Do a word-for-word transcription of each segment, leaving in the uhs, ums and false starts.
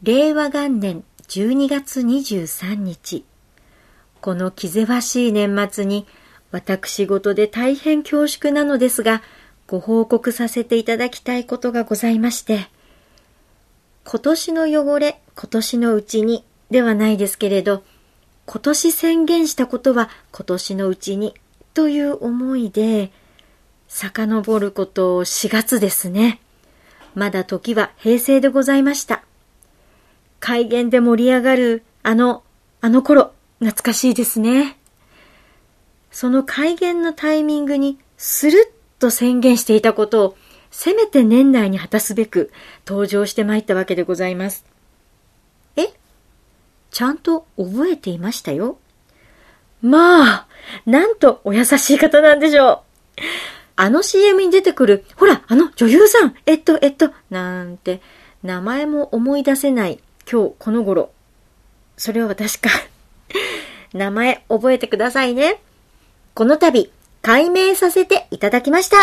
れいわがんねんじゅうにがつにじゅうさんにち、この気ぜわしい年末に私事で大変恐縮なのですが、ご報告させていただきたいことがございまして、今年の汚れ、今年のうちにではないですけれど、今年宣言したことは今年のうちにという思いで、遡ることしがつですね。まだ時は平成でございました。改元で盛り上がるあの、あの頃、懐かしいですね。その改元のタイミングにスルッと宣言していたことを、せめて年内に果たすべく登場してまいったわけでございます。え？ちゃんと覚えていましたよ。まあ、なんとお優しい方なんでしょう。あの シーエム に出てくる、ほら、あの女優さん、えっと、えっと、なんて、名前も思い出せない今日この頃。それは私か。名前覚えてくださいね。この度、改名させていただきました。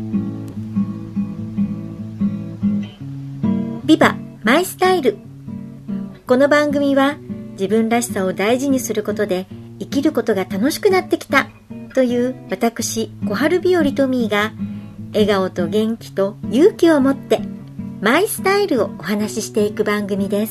ビバマイスタイル。この番組は自分らしさを大事にすることで生きることが楽しくなってきたという私小春日和トミーが笑顔と元気と勇気を持ってマイスタイルをお話ししていく番組です。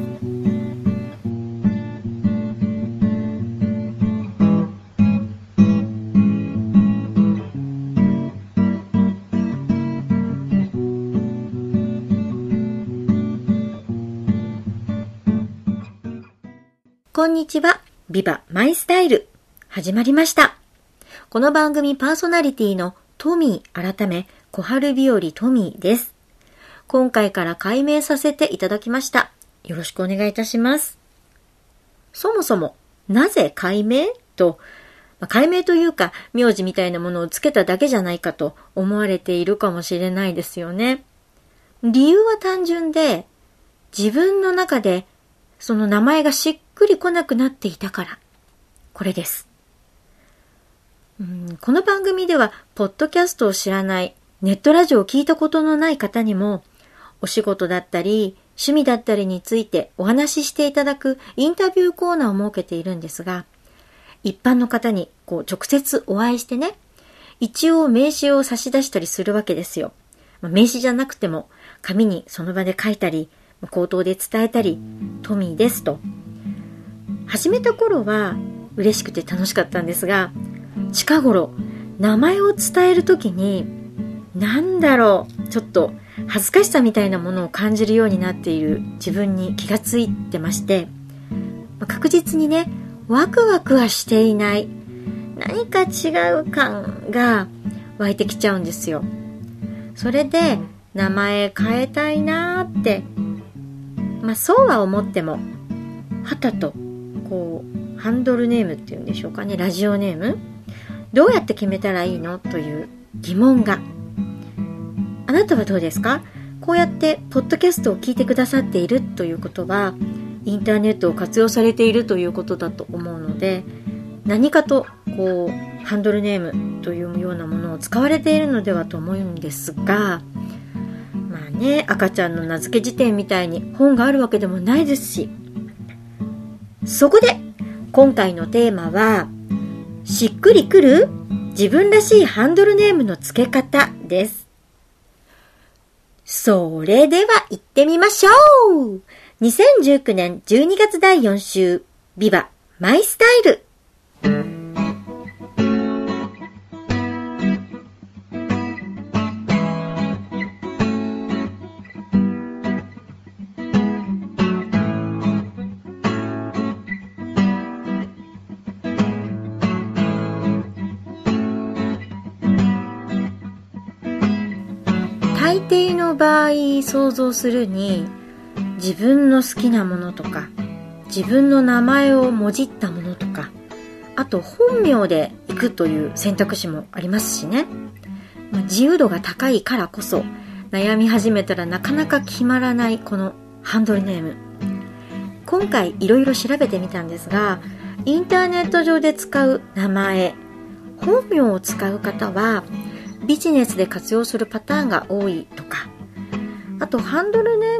こんにちは。ビバマイスタイル始まりました。この番組パーソナリティのトミー改め小春日和トミーです。今回から改名させていただきました。よろしくお願いいたします。そもそもなぜ改名と、改名というか名字みたいなものをつけただけじゃないかと思われているかもしれないですよね。理由は単純で、自分の中でその名前がしっくりこなくなっていたから。これです。うん、この番組では、ポッドキャストを知らない、ネットラジオを聞いたことのない方にも、お仕事だったり、趣味だったりについてお話ししていただくインタビューコーナーを設けているんですが、一般の方にこう直接お会いしてね、一応名刺を差し出したりするわけですよ。まあ、名刺じゃなくても、紙にその場で書いたり、口頭で伝えたり、トミーですと。始めた頃は嬉しくて楽しかったんですが、近頃名前を伝えるときになんだろう、ちょっと恥ずかしさみたいなものを感じるようになっている自分に気がついてまして、確実にね、ワクワクはしていない、何か違う感が湧いてきちゃうんですよ。それで名前変えたいなーってまあそうは思っても、はたとこうハンドルネームっていうんでしょうかね、ラジオネームどうやって決めたらいいのという疑問が。あなたはどうですか？こうやってポッドキャストを聞いてくださっているということは、インターネットを活用されているということだと思うので、何かとこうハンドルネームというようなものを使われているのではと思うんですが、まあね、赤ちゃんの名付け辞典みたいに本があるわけでもないですし、そこで今回のテーマは、しっくりくる自分らしいハンドルネームの付け方です。それでは行ってみましょう。にせんじゅうきゅうねんじゅうにがつだいよん週、ビバマイスタイル。大抵の場合想像するに、自分の好きなものとか、自分の名前をもじったものとか、あと本名で行くという選択肢もありますしね、まあ、自由度が高いからこそ悩み始めたらなかなか決まらないこのハンドルネーム。今回いろいろ調べてみたんですが、インターネット上で使う名前、本名を使う方はビジネスで活用するパターンが多いとか、あとハンドルネー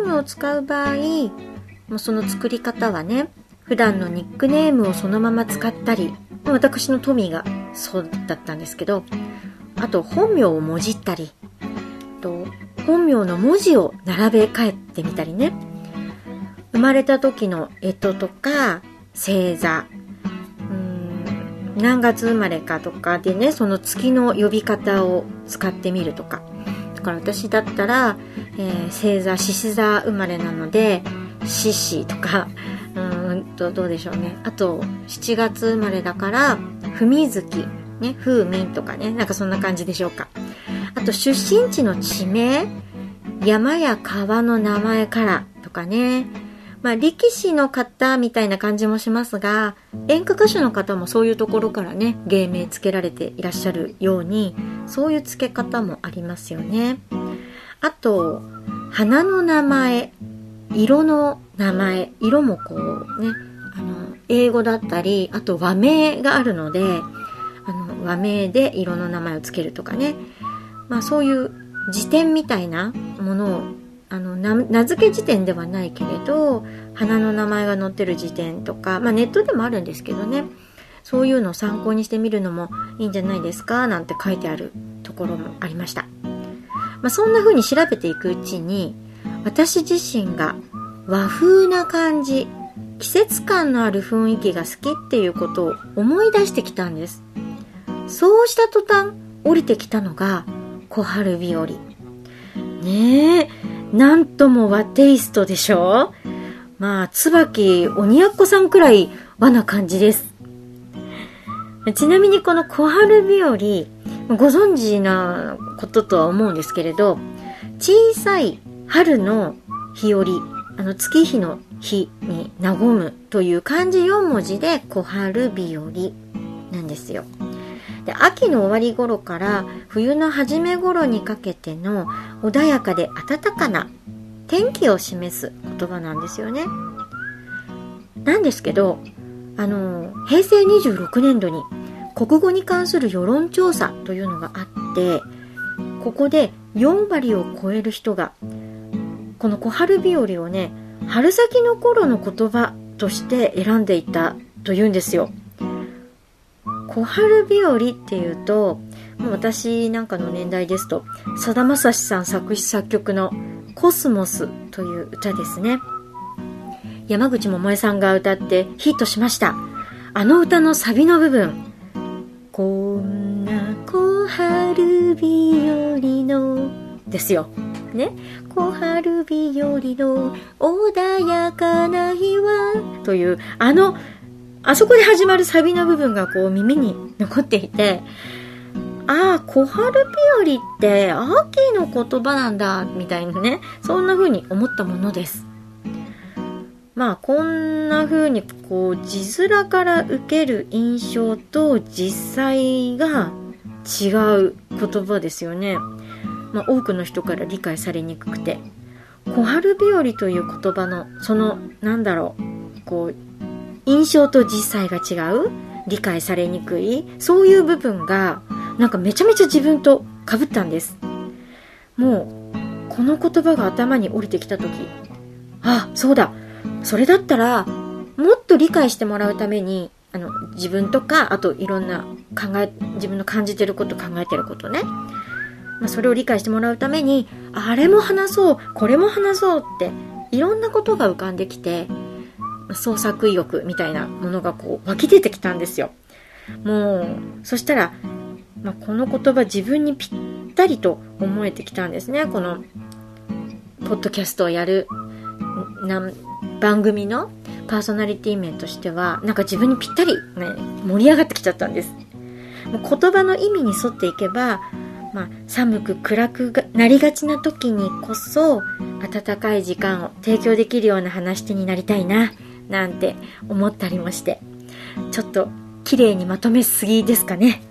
ムを使う場合、もうその作り方はね、普段のニックネームをそのまま使ったり、私のトミーがそうだったんですけど、あと本名をもじったり、と本名の文字を並べ替えてみたりね、生まれた時の干支とか星座、うーん何月生まれかとかでね、その月の呼び方を使ってみるとか。だから私だったら、えー、星座獅子座生まれなので獅子とか、うーんとどうでしょうね。あとしちがつ生まれだから文月ね、風民とかね、なんかそんな感じでしょうか。あと出身地の地名、山や川の名前からとかね、まあ力士の方みたいな感じもしますが、演歌歌手の方もそういうところからね、芸名つけられていらっしゃるように、そういうつけ方もありますよね。あと花の名前、色の名前、色もこうね、あの英語だったり、あと和名があるので、あの和名で色の名前をつけるとかね、まあそういう辞典みたいなものを、あの 名, 名付け辞典ではないけれど花の名前が載ってる辞典とか、まあネットでもあるんですけどね、そういうのを参考にしてみるのもいいんじゃないですかなんて書いてあるところもありました。まあそんな風に調べていくうちに、私自身が和風な感じ、季節感のある雰囲気が好きっていうことを思い出してきたんです。そうした途端降りてきたのが小春日和。ねえ、なんとも和テイストでしょ。まあ椿鬼奴さんくらい和な感じです。ちなみにこの小春日和、ご存知なこととは思うんですけれど、小さい春の日和、あの月日の日に和むという漢字よんもじで小春日和なんですよ。で、秋の終わり頃から冬の初め頃にかけての穏やかで暖かな天気を示す言葉なんですよね。なんですけど、あのへいせいにじゅうろくねんどに国語に関する世論調査というのがあって、ここでよんわりを超える人がこの小春日和をね、春先の頃の言葉として選んでいたというんですよ。小春日和っていうと、もう私なんかの年代ですと、さだまさしさん作詞作曲のコスモスという歌ですね。山口百恵さんが歌ってヒットしました。あの歌のサビの部分、こんな小春日和のですよね。小春日和の穏やかな日はという、あのあそこで始まるサビの部分がこう耳に残っていて、ああ、小春日和って秋の言葉なんだみたいなね、そんな風に思ったものです。まあこんな風にこう字面から受ける印象と実際が違う言葉ですよね。まあ多くの人から理解されにくくて、小春日和という言葉のそのなんだろう、こう印象と実際が違う、理解されにくい、そういう部分がなんかめちゃめちゃ自分と被ったんです。もうこの言葉が頭に降りてきた時、あ、そうだ、それだったらもっと理解してもらうために、あの自分とか、あといろんな考え、自分の感じてること、考えてることね、まあ、それを理解してもらうために、あれも話そう、これも話そうっていろんなことが浮かんできて、創作意欲みたいなものがこう湧き出てきたんですよ。もうそしたら、まあ、この言葉自分にぴったりと思えてきたんですね。このポッドキャストをやるな番組のパーソナリティ名としては、なんか自分にぴったり、ね、盛り上がってきちゃったんです。もう言葉の意味に沿っていけば、まあ、寒く暗くなりがちな時にこそ温かい時間を提供できるような話し手になりたいななんて思ったりもして、ちょっと綺麗にまとめすぎですかね。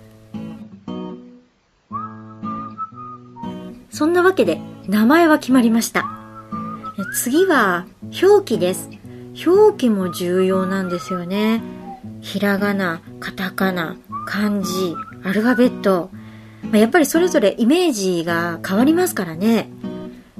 そんなわけで名前は決まりました。次は表記です。表記も重要なんですよね。ひらがな、カタカナ、漢字、アルファベット、まあ、やっぱりそれぞれイメージが変わりますからね。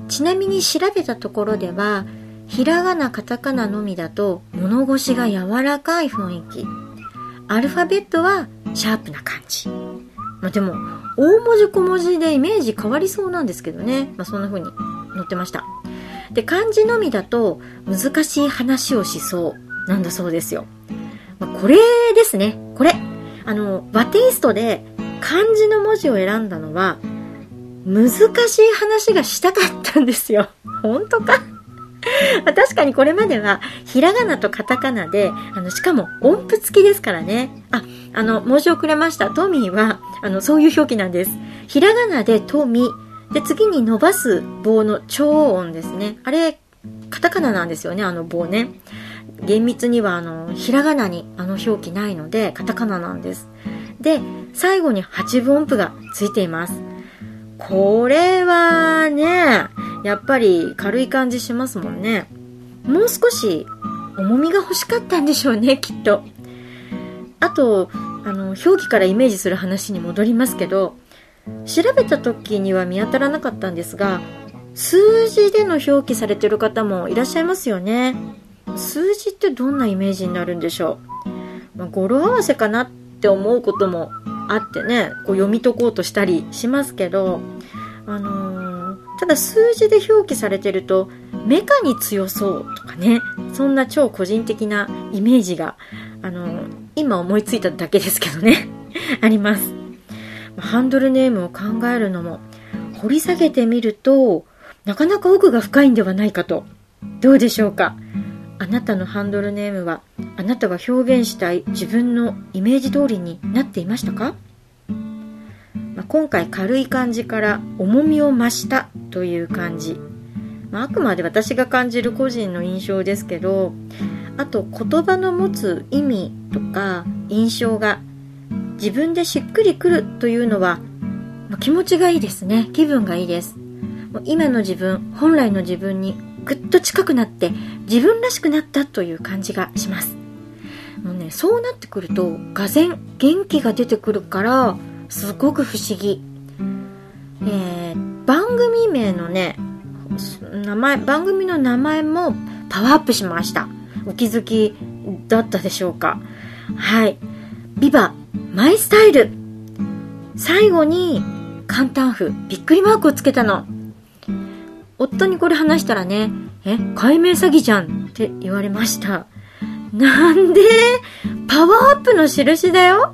ちなみに調べたところでは、ひらがなカタカナのみだと物腰が柔らかい雰囲気、アルファベットはシャープな感じ。まあ、でも大文字小文字でイメージ変わりそうなんですけどね、まあ、そんな風に載ってました。で、漢字のみだと難しい話をしそうなんだそうですよ。まあ、これですね、これあの和テイストで漢字の文字を選んだのは難しい話がしたかったんですよ。本当か確かにこれまではひらがなとカタカナで、あのしかも音符付きですからね。あ、あの申し遅れました。トミーはあのそういう表記なんです。ひらがなでトミで、次に伸ばす棒の長音ですね。あれカタカナなんですよね、あの棒ね。厳密にはあのひらがなにあの表記ないのでカタカナなんです。で、最後に八分音符がついています。これはね、やっぱり軽い感じしますもんね。もう少し重みが欲しかったんでしょうね、きっと。あと、あの表記からイメージする話に戻りますけど、調べた時には見当たらなかったんですが、数字での表記されている方もいらっしゃいますよね。数字ってどんなイメージになるんでしょう。まあ、語呂合わせかなって思うこともあってね、こう読み解こうとしたりしますけど、あのー、ただ数字で表記されてるとメカに強そうとかね、そんな超個人的なイメージが、あのー、今思いついただけですけどねあります。ハンドルネームを考えるのも掘り下げてみるとなかなか奥が深いんではないかと。どうでしょうか。あなたのハンドルネームはあなたが表現したい自分のイメージ通りになっていましたか。まあ、今回軽い感じから重みを増したという感じ、まあ、あくまで私が感じる個人の印象ですけど、あと言葉の持つ意味とか印象が自分でしっくりくるというのは、まあ、気持ちがいいですね。気分がいいです。もう今の自分、本来の自分にぐっと近くなって自分らしくなったという感じがします。もうね、そうなってくるとがぜん元気が出てくるからすごく不思議。えー、番組名のね名前番組の名前もパワーアップしました。お気づきだったでしょうか。はい、ビバマイスタイル、最後に簡単符びっくりマークをつけたの。夫にこれ話したらね、え、解明詐欺じゃんって言われました。なんで？パワーアップの印だよ。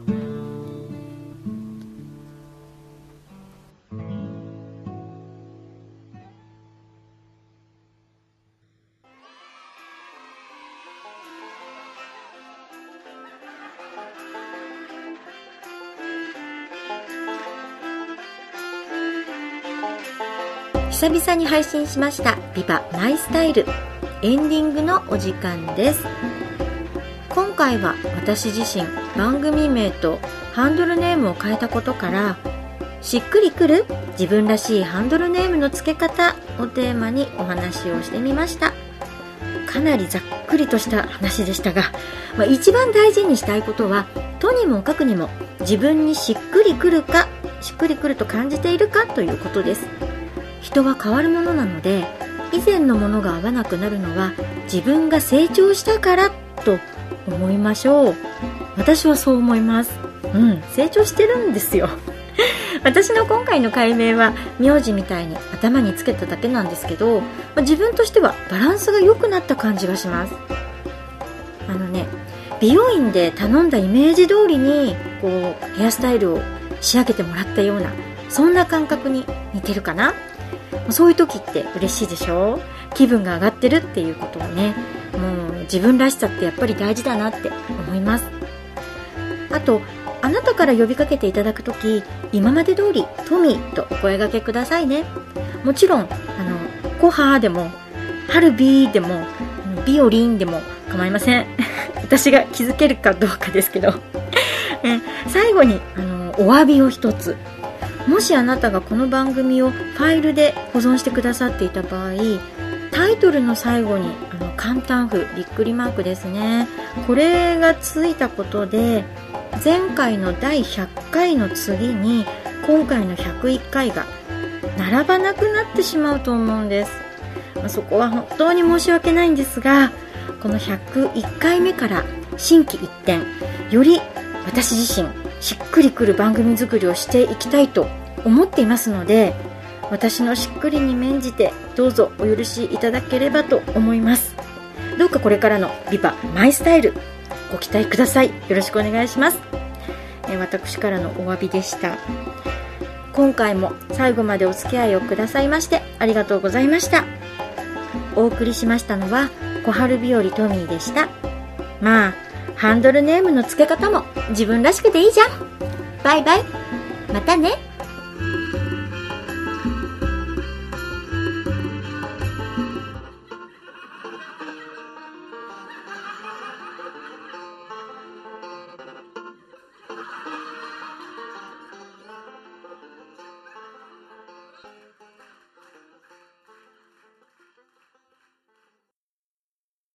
久々に配信しましたビバマイスタイル、エンディングのお時間です。今回は私自身番組名とハンドルネームを変えたことから、しっくりくる自分らしいハンドルネームの付け方をテーマにお話をしてみました。かなりざっくりとした話でしたが、まあ、一番大事にしたいことはとにもかくにも自分にしっくりくるか、しっくりくると感じているかということです。人は変わるものなので、以前のものが合わなくなるのは自分が成長したからと思いましょう。私はそう思います。うん、成長してるんですよ私の今回の改名は名字みたいに頭につけただけなんですけど、自分としてはバランスが良くなった感じがします。あのね、美容院で頼んだイメージ通りにこうヘアスタイルを仕上げてもらったような、そんな感覚に似てるかな。そういう時って嬉しいでしょ。気分が上がってるっていうことはね、もう自分らしさってやっぱり大事だなって思います。あと、あなたから呼びかけていただくとき、今まで通りトミーとお声掛けくださいね。もちろんあのコハでもハルビーでもビオリンでも構いません私が気づけるかどうかですけどえ最後にあのお詫びを一つ。もしあなたがこの番組をファイルで保存してくださっていた場合、タイトルの最後にあの簡単符びっくりマークですね、これがついたことで、前回のだいひゃっかいの次に今回のひゃくいっかいが並ばなくなってしまうと思うんです。まあ、そこは本当に申し訳ないんですが、このひゃくいっかいめから心機一転、より私自身しっくりくる番組作りをしていきたいと思っていますので、私のしっくりに免じてどうぞお許しいただければと思います。どうかこれからのビバマイスタイルご期待ください。よろしくお願いします。え私からのお詫びでした。今回も最後までお付き合いをくださいましてありがとうございました。お送りしましたのは小春日和トミーでした。まあハンドルネームの付け方も自分らしくていいじゃん。バイバイ。またね。